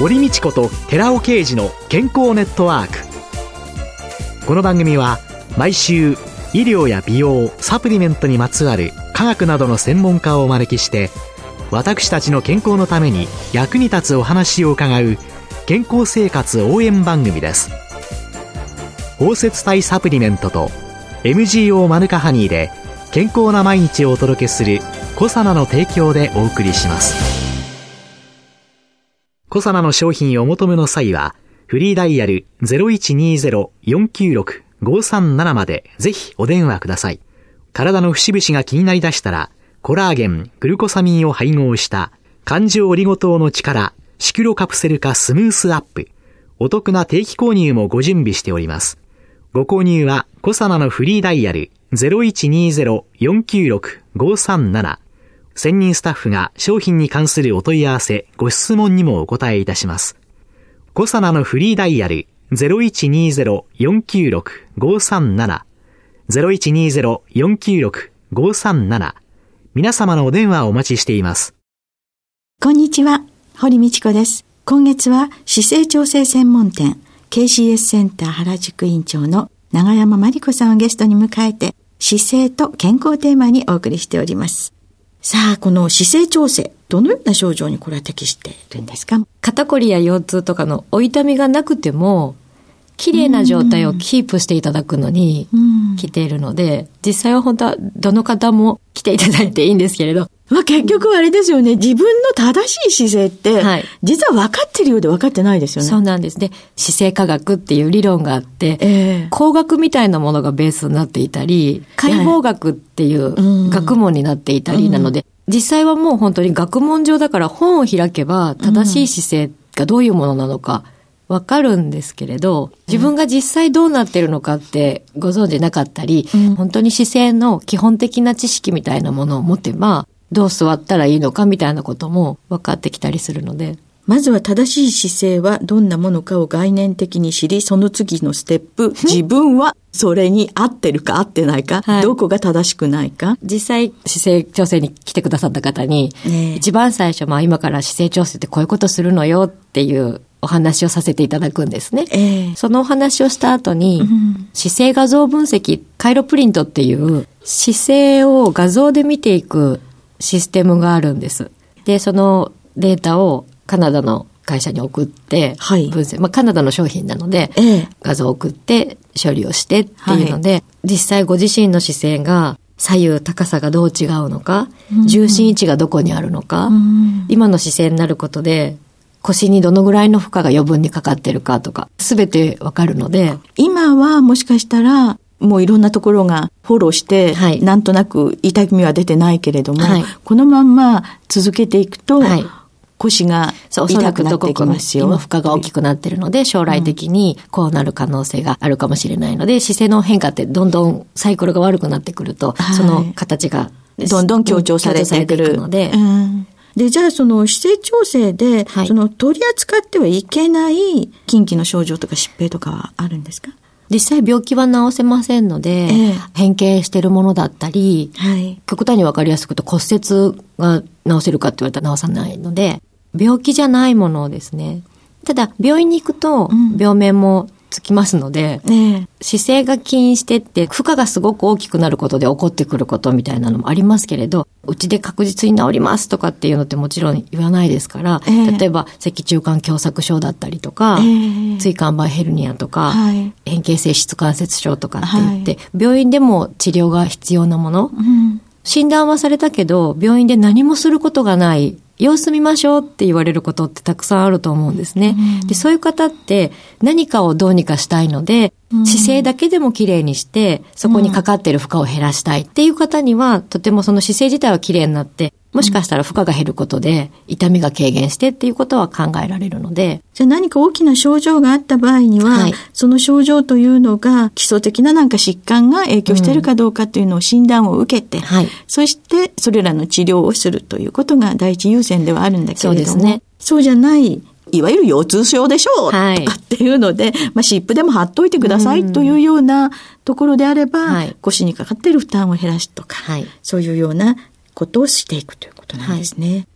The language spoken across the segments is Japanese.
堀道子と寺尾啓二の健康ネットワーク。この番組は毎週医療や美容、サプリメントにまつわる科学などの専門家をお招きして、私たちの健康のために役に立つお話を伺う健康生活応援番組です。包摂体サプリメントと MGO マヌカハニーで健康な毎日をお届けするコサナの提供でお送りします。コサナの商品をお求めの際はフリーダイヤル 0120-496-537 までぜひお電話ください。体の節々が気になりだしたら、コラーゲン、グルコサミンを配合した環状オリゴ糖の力シクロカプセル化スムースアップ、お得な定期購入もご準備しております。ご購入はコサナのフリーダイヤル 0120-496-537、専任スタッフが商品に関するお問い合わせ、ご質問にもお答えいたします。コサナのフリーダイヤル 0120-496-537、0120-496-537、皆様のお電話をお待ちしています。 こんにちは、堀道子です。今月は姿勢調整専門店 KCS センター原宿院長の永山真理子さんをゲストに迎えて、姿勢と健康テーマにお送りしております。さあ、この姿勢調整、どのような症状にこれは適しているんですか？ 肩こりや腰痛とかのお痛みがなくても綺麗な状態をキープしていただくのに来ているので、実際は本当はどの方も来ていただいていいんですけれど、 結局あれですよね、自分の正しい姿勢って、実は分かってるようで分かってないですよね。 そうなんですね。姿勢科学っていう理論があって、工学みたいなものがベースになっていたり、解剖学っていう学問になっていたりなので、実際はもう本当に学問上だから本を開けば正しい姿勢がどういうものなのかわかるんですけれど、自分が実際どうなってるのかってご存知なかったり、本当に姿勢の基本的な知識みたいなものを持てば、どう座ったらいいのかみたいなことも分かってきたりするので、 まずは正しい姿勢はどんなものかを概念的に知り、その次のステップ、自分はそれに合ってるか合ってないか、どこが正しくないか。 実際姿勢調整に来てくださった方に、一番最初、今から姿勢調整ってこういうことするのよっていうお話をさせていただくんですね。そのお話をした後に、姿勢画像分析、カイロプリントっていう姿勢を画像で見ていくシステムがあるんです。で、そのデータをカナダの会社に送って、分析、カナダの商品なので、画像を送って処理をしてっていうので、実際ご自身の姿勢が左右高さがどう違うのか、重心位置がどこにあるのか、今の姿勢になることで腰にどのぐらいの負荷が余分にかかってるかとか、すべてわかるので、 今はもしかしたらもういろんなところがフォローして、なんとなく痛みは出てないけれども、このまんま続けていくと、腰が痛くなってきますよ。 今負荷が大きくなっているので、将来的にこうなる可能性があるかもしれないので、姿勢の変化ってどんどんサイクルが悪くなってくると、その形がどんどん強調されてくるので、 で、じゃあその姿勢調整で、その取り扱ってはいけない近畿の症状とか疾病とかはあるんですか？ 実際病気は治せませんので、変形しているものだったり、極端に分かりやすくと骨折が治せるかって言われたら治さないので、病気じゃないものをですね。ただ病院に行くと病名もつきますので、姿勢が起因してって負荷がすごく大きくなることで起こってくることみたいなのもありますけれど、うちで確実に治りますとかっていうのってもちろん言わないですから、例えば脊柱管狭窄症だったりとか、椎間板ヘルニアとか、変形性質関節症とかって言って、病院でも治療が必要なもの、診断はされたけど病院で何もすることがない、様子見ましょうって言われることってたくさんあると思うんですね。で、そういう方って何かをどうにかしたいので、姿勢だけでもきれいにして、そこにかかっている負荷を減らしたいっていう方には、とてもその姿勢自体はきれいになって、もしかしたら負荷が減ることで痛みが軽減してっていうことは考えられるので、 じゃあ何か大きな症状があった場合には、その症状というのが基礎的ななんか疾患が影響しているかどうかというのを診断を受けて、そしてそれらの治療をするということが第一優先ではあるんだけれども、そうじゃないいわゆる腰痛症でしょう、とかっていうので、湿布でも貼っといてくださいというようなところであれば、腰にかかっている負担を減らすとか、そういうようなことをしていくということなんですね。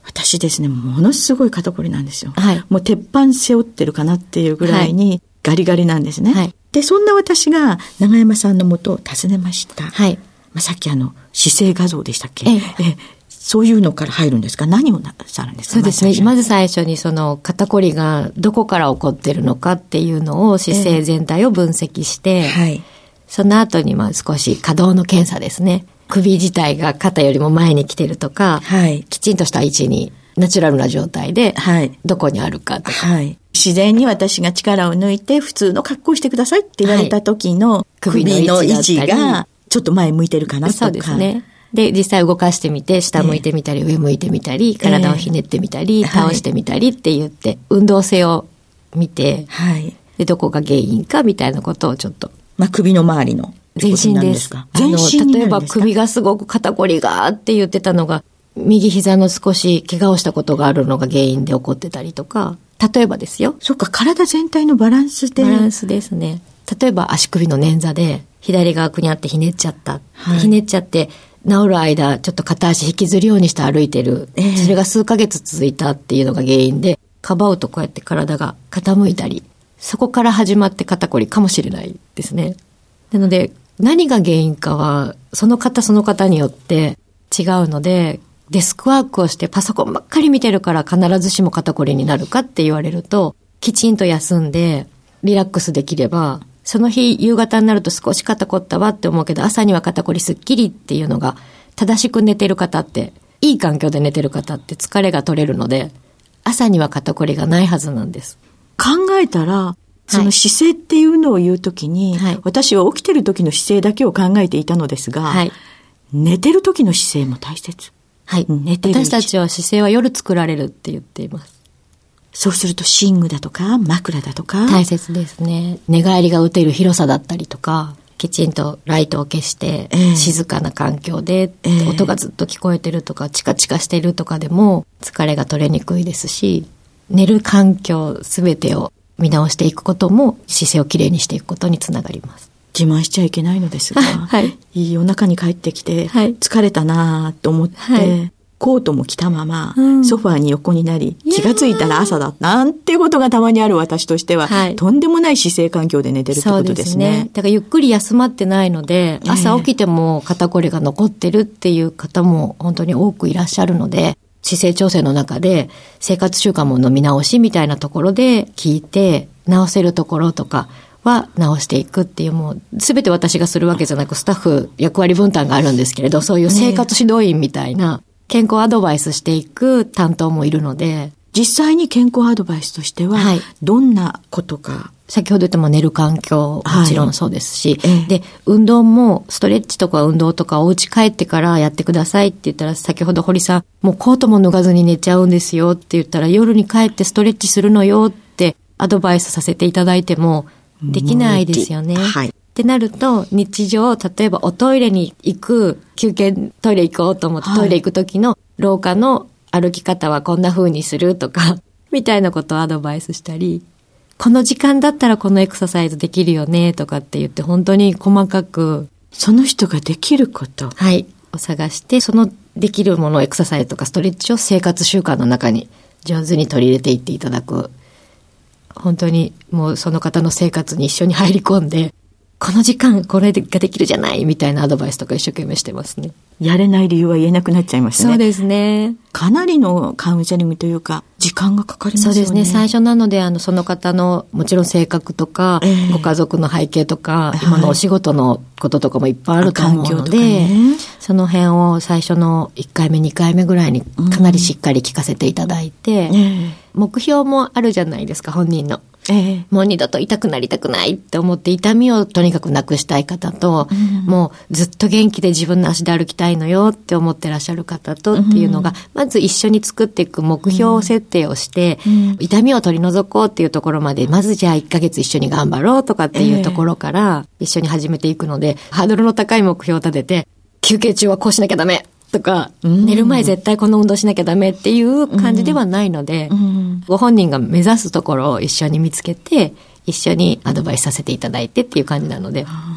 私ですね、ものすごい肩こりなんですよ。 はい。 もう鉄板背負ってるかなっていうぐらいにガリガリなんですね。はい。で、そんな私が永山さんの元を訪ねました。はい。さっき姿勢画像でしたっけ？そういうのから入るんですか？何をなさるんですか？ そうですね。まず最初にその肩こりがどこから起こってるのかっていうのを姿勢全体を分析して、はい。その後に少し可動の検査ですね。首自体が肩よりも前に来てるとか、はい、きちんとした位置にナチュラルな状態で、はい、どこにあるかとか、はい、自然に私が力を抜いて普通の格好をしてくださいって言われた時の、はい、首の位置がちょっと前向いてるかなとか。 そうですね。で、実際動かしてみて、下向いてみたり、上向いてみたり、体をひねってみたり、倒してみたりって言って、運動性を見て、はい、で、どこが原因かみたいなことをちょっと。 首の周りの。 全身です。例えば首がすごく肩こりがって言ってたのが、右膝の少し怪我をしたことがあるのが原因で起こってたりとか、例えばですよ。 そっか、体全体のバランスで。 バランスですね。例えば足首の捻挫で、左側にあってひねっちゃった。はい、ひねっちゃって、治る間、ちょっと片足引きずるようにして歩いてる。それが数ヶ月続いたっていうのが原因で、かばうとこうやって体が傾いたり、そこから始まって肩こりかもしれないですね。なので、何が原因かは、その方その方によって違うので、デスクワークをしてパソコンばっかり見てるから必ずしも肩こりになるかって言われると、きちんと休んでリラックスできれば、その日夕方になると少し肩こったわって思うけど、朝には肩こりすっきりっていうのが、正しく寝てる方って、いい環境で寝てる方って疲れが取れるので、朝には肩こりがないはずなんです。 考えたら、その姿勢っていうのを言うときに、はい、私は起きてる時の姿勢だけを考えていたのですが、はい、寝てる時の姿勢も大切。 はい。寝てる私たちは姿勢は夜作られるって言っています。 そうすると寝具だとか枕だとか。 大切ですね。寝返りが打てる広さだったりとか、きちんとライトを消して、静かな環境で、音がずっと聞こえてるとか、チカチカしてるとかでも疲れが取れにくいですし、寝る環境すべてを見直していくことも姿勢をきれいにしていくことにつながります。 自慢しちゃいけないのですが、はい、いい夜中に帰ってきて、はい、疲れたなと思って、はい、コートも着たまま、ソファーに横になり、気がついたら朝だなんていうことがたまにある私としては、とんでもない姿勢環境で寝てるってことですね。そうですね。 だからゆっくり休まってないので、朝起きても肩こりが残ってるっていう方も本当に多くいらっしゃるので、姿勢調整の中で生活習慣もの見直しみたいなところで聞いて直せるところとかは直していくっていう、もう全て私がするわけじゃなくスタッフ役割分担があるんですけれど、そういう生活指導員みたいな健康アドバイスしていく担当もいるので、 実際に健康アドバイスとしてはどんなことか、 先ほど言った寝る環境もちろんそうですし、で、運動もストレッチとか運動とかお家帰ってからやってくださいって言ったら、先ほど堀さん、もうコートも脱がずに寝ちゃうんですよって言ったら、夜に帰ってストレッチするのよってアドバイスさせていただいてもできないですよね。はい。ってなると、日常、例えばおトイレに行く、休憩トイレ行こうと思ってトイレ行く時の廊下の歩き方はこんな風にするとか、みたいなことをアドバイスしたり、この時間だったらこのエクササイズできるよねとかって言って本当に細かくその人ができること、 はい、を探して、そのできるものをエクササイズとかストレッチを生活習慣の中に上手に取り入れていっていただく。本当にもうその方の生活に一緒に入り込んで、この時間これができるじゃないみたいなアドバイスとか一生懸命してますね。 やれない理由は言えなくなっちゃいますね。 そうですね。 かなりのカウンセリングというか時間がかかりますよね。 そうですね。最初なのでその方のもちろん性格とか、ご家族の背景とか、今のお仕事のこととかもいっぱいあると思うので、その辺を最初の1回目2回目ぐらいにかなりしっかり聞かせていただいて、目標もあるじゃないですか、本人の。もう二度と痛くなりたくないって思って痛みをとにかくなくしたい方と、もうずっと元気で自分の足で歩きたいのよって思ってらっしゃる方とっていうのが、まず一緒に作っていく目標設定をして、痛みを取り除こうっていうところまで、まずじゃあ1ヶ月一緒に頑張ろうとかっていうところから一緒に始めていくので、ハードルの高い目標を立てて、休憩中はこうしなきゃダメとか、寝る前絶対この運動しなきゃダメっていう感じではないので、ご本人が目指すところを一緒に見つけて、一緒にアドバイスさせていただいてっていう感じなので。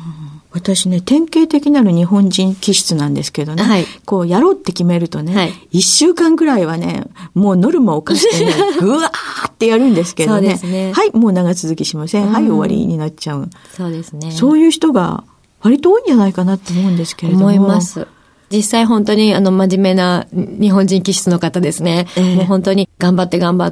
私ね、典型的なる日本人気質なんですけどね、はい、こうやろうって決めるとね、はい、1週間くらいはね、もうノルマを課してね、ぐわーってやるんですけどね、そうですね、はい、もう長続きしません、はい、終わりになっちゃう。 そうですね。 そういう人が割と多いんじゃないかなって思うんですけれども。 思います。実際本当に真面目な日本人気質の方ですね。もう本当に頑張って、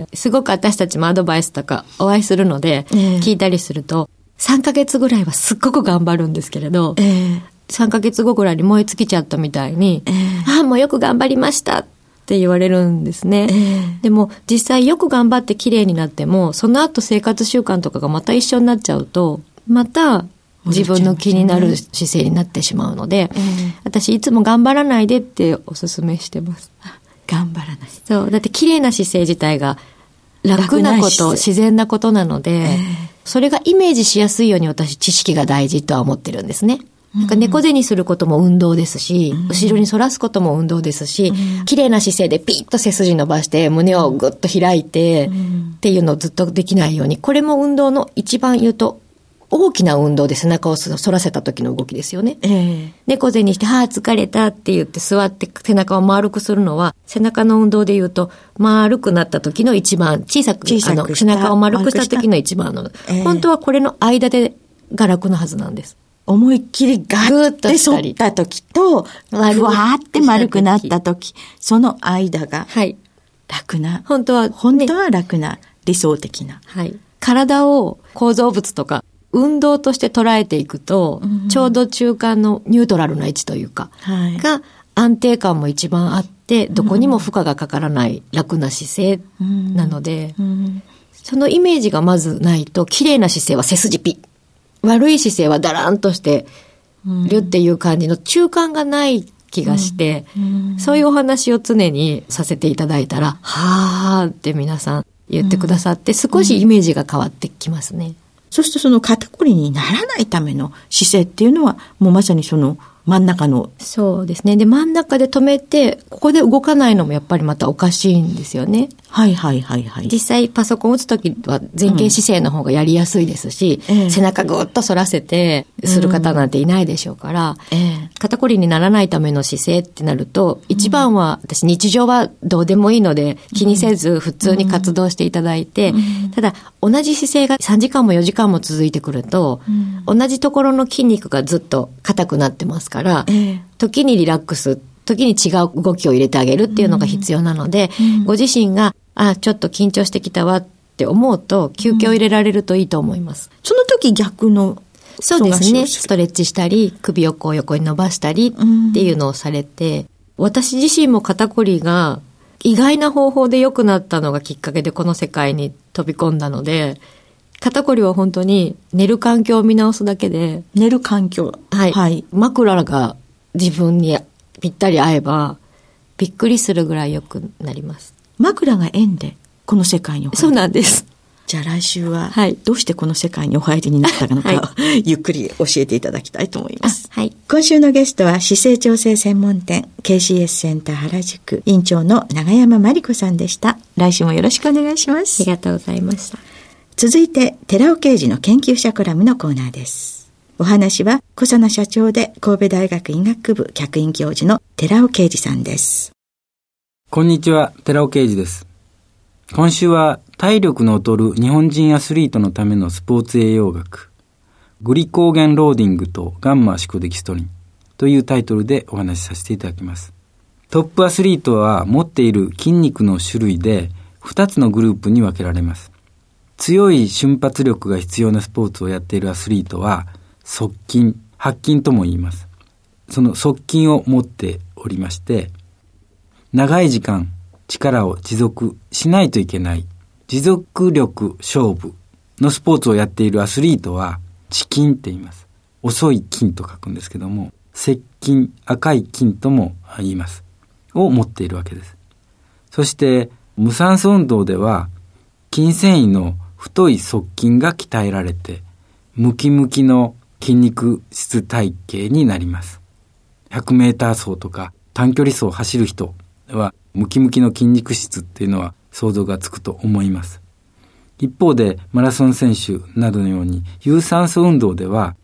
すごく私たちもアドバイスとかお会いするので、聞いたりすると、3ヶ月ぐらいはすっごく頑張るんですけれど、3ヶ月後ぐらいに燃え尽きちゃったみたいに、もうよく頑張りましたって言われるんですね。でも実際よく頑張って綺麗になっても、その後生活習慣とかがまた一緒になっちゃうと、また自分の気になる姿勢になってしまうので、私いつも頑張らないでってお勧めしてます。 頑張らない。 そう。だって綺麗な姿勢自体が楽なこと、自然なことなので、それがイメージしやすいように私知識が大事とは思ってるんですね。なんか猫背にすることも運動ですし、後ろに反らすことも運動ですし、綺麗な姿勢でピッと背筋伸ばして胸をぐっと開いてっていうのをずっとできないように、これも運動の一番言うと大きな運動で背中を反らせた時の動きですよね。猫背にして、疲れたって言って座って背中を丸くするのは、背中の運動で言うと、丸くなった時の一番小さく背中を丸くした時の一番本当はこれの間でが楽なはずなんです。 思いっきりガッて反った時と、ふわーって丸くなった時、その間が楽な、本当は楽な、理想的な。 はい。体を構造物とか、運動として捉えていくと、ちょうど中間のニュートラルな位置というか、が安定感も一番あって、どこにも負荷がかからない楽な姿勢なので、そのイメージがまずないと、綺麗な姿勢は背筋ピッ、悪い姿勢はダランとしてるっていう感じの中間がない気がして、そういうお話を常にさせていただいたら、はーって皆さん言ってくださって、少しイメージが変わってきますね。 そうするとその肩こりにならないための姿勢っていうのはもうまさにその真ん中の。 そうですね。で、真ん中で止めて、ここで動かないのもやっぱりまたおかしいんですよね。 はいはいはいはい。 実際パソコン打つときは前傾姿勢の方がやりやすいですし、背中ぐっと反らせてする方なんていないでしょうから、肩こりにならないための姿勢ってなると、一番は私日常はどうでもいいので気にせず普通に活動していただいて、ただ同じ姿勢が3時間も4時間も続いてくると、同じところの筋肉がずっと硬くなってますから、時にリラックス、時に違う動きを入れてあげるっていうのが必要なので、ご自身がちょっと緊張してきたわって思うと休憩を入れられるといいと思います。 その時逆のそうですね。ストレッチしたり首をこう横に伸ばしたりっていうのをされて、私自身も肩こりが意外な方法で良くなったのがきっかけでこの世界に飛び込んだので、肩こりは本当に寝る環境を見直すだけで。 寝る環境。 はい。はい、枕が自分にぴったり合えばびっくりするぐらい良くなります。 枕が縁でこの世界にお入り。 そうなんです。 じゃあ来週はどうしてこの世界にお入りになったのかを、ゆっくり教えていただきたいと思います。今週のゲストは姿勢調整専門店 KCS センター原宿院長の永山真理子さんでした。来週もよろしくお願いします。 ありがとうございました。 続いて寺尾啓二の研究者コラムのコーナーです。お話は小佐奈社長で神戸大学医学部客員教授の寺尾啓二さんです。 こんにちは、寺尾啓二です。今週は体力の劣る日本人アスリートのためのスポーツ栄養学、グリコーゲンローディングとガンマシコデキストリンというタイトルでお話しさせていただきます。トップアスリートは持っている筋肉の種類で2つのグループに分けられます。強い瞬発力が必要なスポーツをやっているアスリートは速筋、発筋とも言います。その速筋を持っておりまして、長い時間力を持続しないといけない持続力勝負のスポーツをやっているアスリートは遅筋って言います。遅い筋と書くんですけども、接筋、赤い筋とも言います。を持っているわけです。そして無酸素運動では筋繊維の太い側筋が鍛えられてムキムキの筋肉質体型になります。100メーター走とか短距離走を走る人はムキムキの筋肉質っていうのは想像がつくと思います。一方でマラソン選手などのように有酸素運動では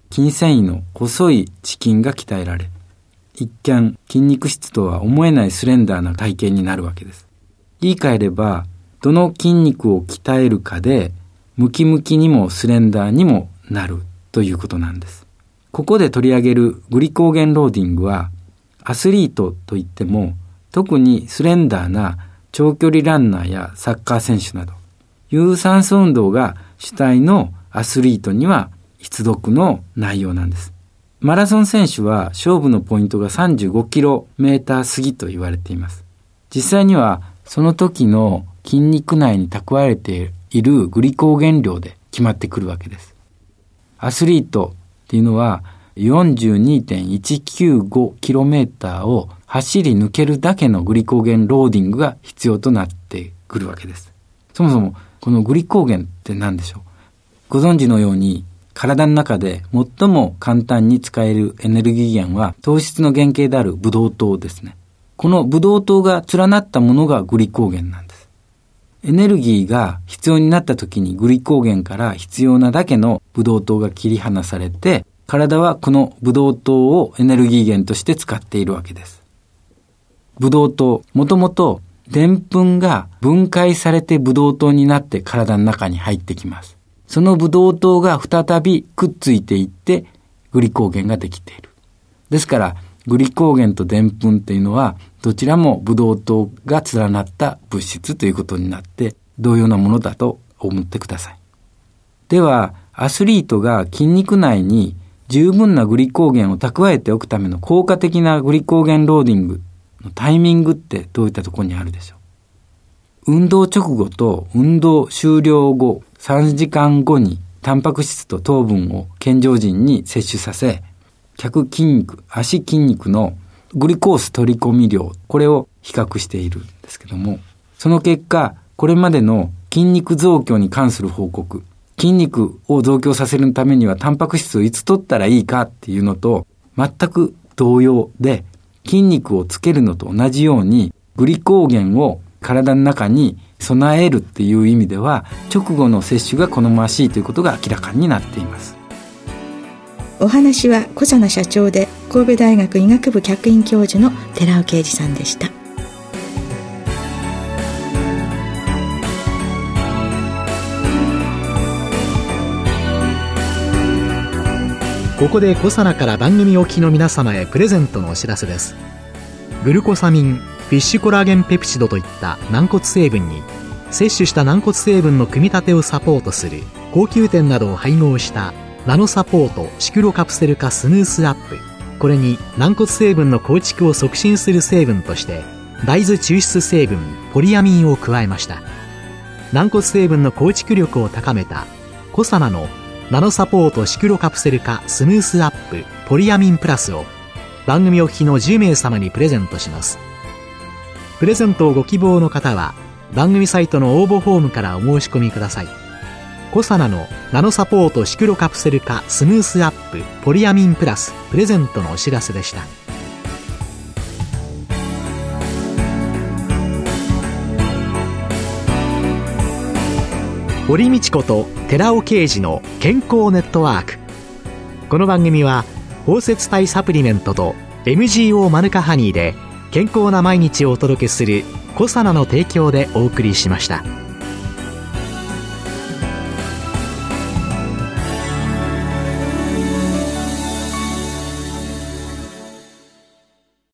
筋繊維の細い遅筋が鍛えられ、一見筋肉質とは思えないスレンダーな体型になるわけです。言い換えれば、どの筋肉を鍛えるかでムキムキにもスレンダーにもなるということなんです。ここで取り上げるグリコーゲンローディングは、アスリートといっても特にスレンダーな長距離ランナーやサッカー選手など有酸素運動が主体のアスリートには必読の内容なんです。マラソン選手は勝負のポイントが 35km 過ぎと言われています。実際にはその時の筋肉内に蓄えているグリコーゲン量で決まってくるわけです。アスリートっていうのは 42.195km を走り抜けるだけのグリコーゲンローディングが必要となってくるわけです。そもそもこのグリコーゲンって何でしょう。ご存知のように体の中で最も簡単に使えるエネルギー源は糖質の原型であるブドウ糖ですね。このブドウ糖が連なったものがグリコーゲンなんです。エネルギーが必要になった時にグリコーゲンから必要なだけのブドウ糖が切り離されて、体はこのブドウ糖をエネルギー源として使っているわけです。ブドウ糖、もともとでんぷんが分解されてブドウ糖になって体の中に入ってきます。そのブドウ糖が再びくっついていってグリコーゲンができている。ですからグリコーゲンとでんぷんっていうのはどちらもブドウ糖が連なった物質ということになって同様なものだと思ってください。ではアスリートが筋肉内に十分なグリコーゲンを蓄えておくための効果的なグリコーゲンローディングのタイミングってどういったところにあるでしょう。運動直後と運動終了後3時間後にタンパク質と糖分を健常人に摂取させ、脚筋肉、足筋肉のグリコース取り込み量、これを比較しているんですけども、その結果、これまでの筋肉増強に関する報告、筋肉を増強させるためにはタンパク質をいつ取ったらいいかっていうのと全く同様で、筋肉をつけるのと同じようにグリコーゲンを体の中に備えるっていう意味では直後の摂取が好ましいということが明らかになっています。 お話は小佐奈社長で神戸大学医学部客員教授の寺尾啓二さんでした。 ここで小佐奈から番組お聞きの皆様へプレゼントのお知らせです。グルコサミン、フィッシュコラーゲンペプチドといった軟骨成分に摂取した軟骨成分の組み立てをサポートする高級点などを配合したナノサポートシクロカプセル化スムースアップ。これに軟骨成分の構築を促進する成分として大豆抽出成分ポリアミンを加えました。軟骨成分の構築力を高めたコサナのナノサポートシクロカプセル化スムースアップポリアミンプラスを番組お聞きの10名様にプレゼントします。プレゼントをご希望の方は番組サイトの応募フォームからお申し込みください。コサナのナノサポートシクロカプセル化スムースアップポリアミンプラスプレゼントのお知らせでした。堀道子と寺尾啓二の健康ネットワーク。この番組は包摂体サプリメントと MGO マヌカハニーで健康な毎日をお届けするコサナの提供でお送りしました。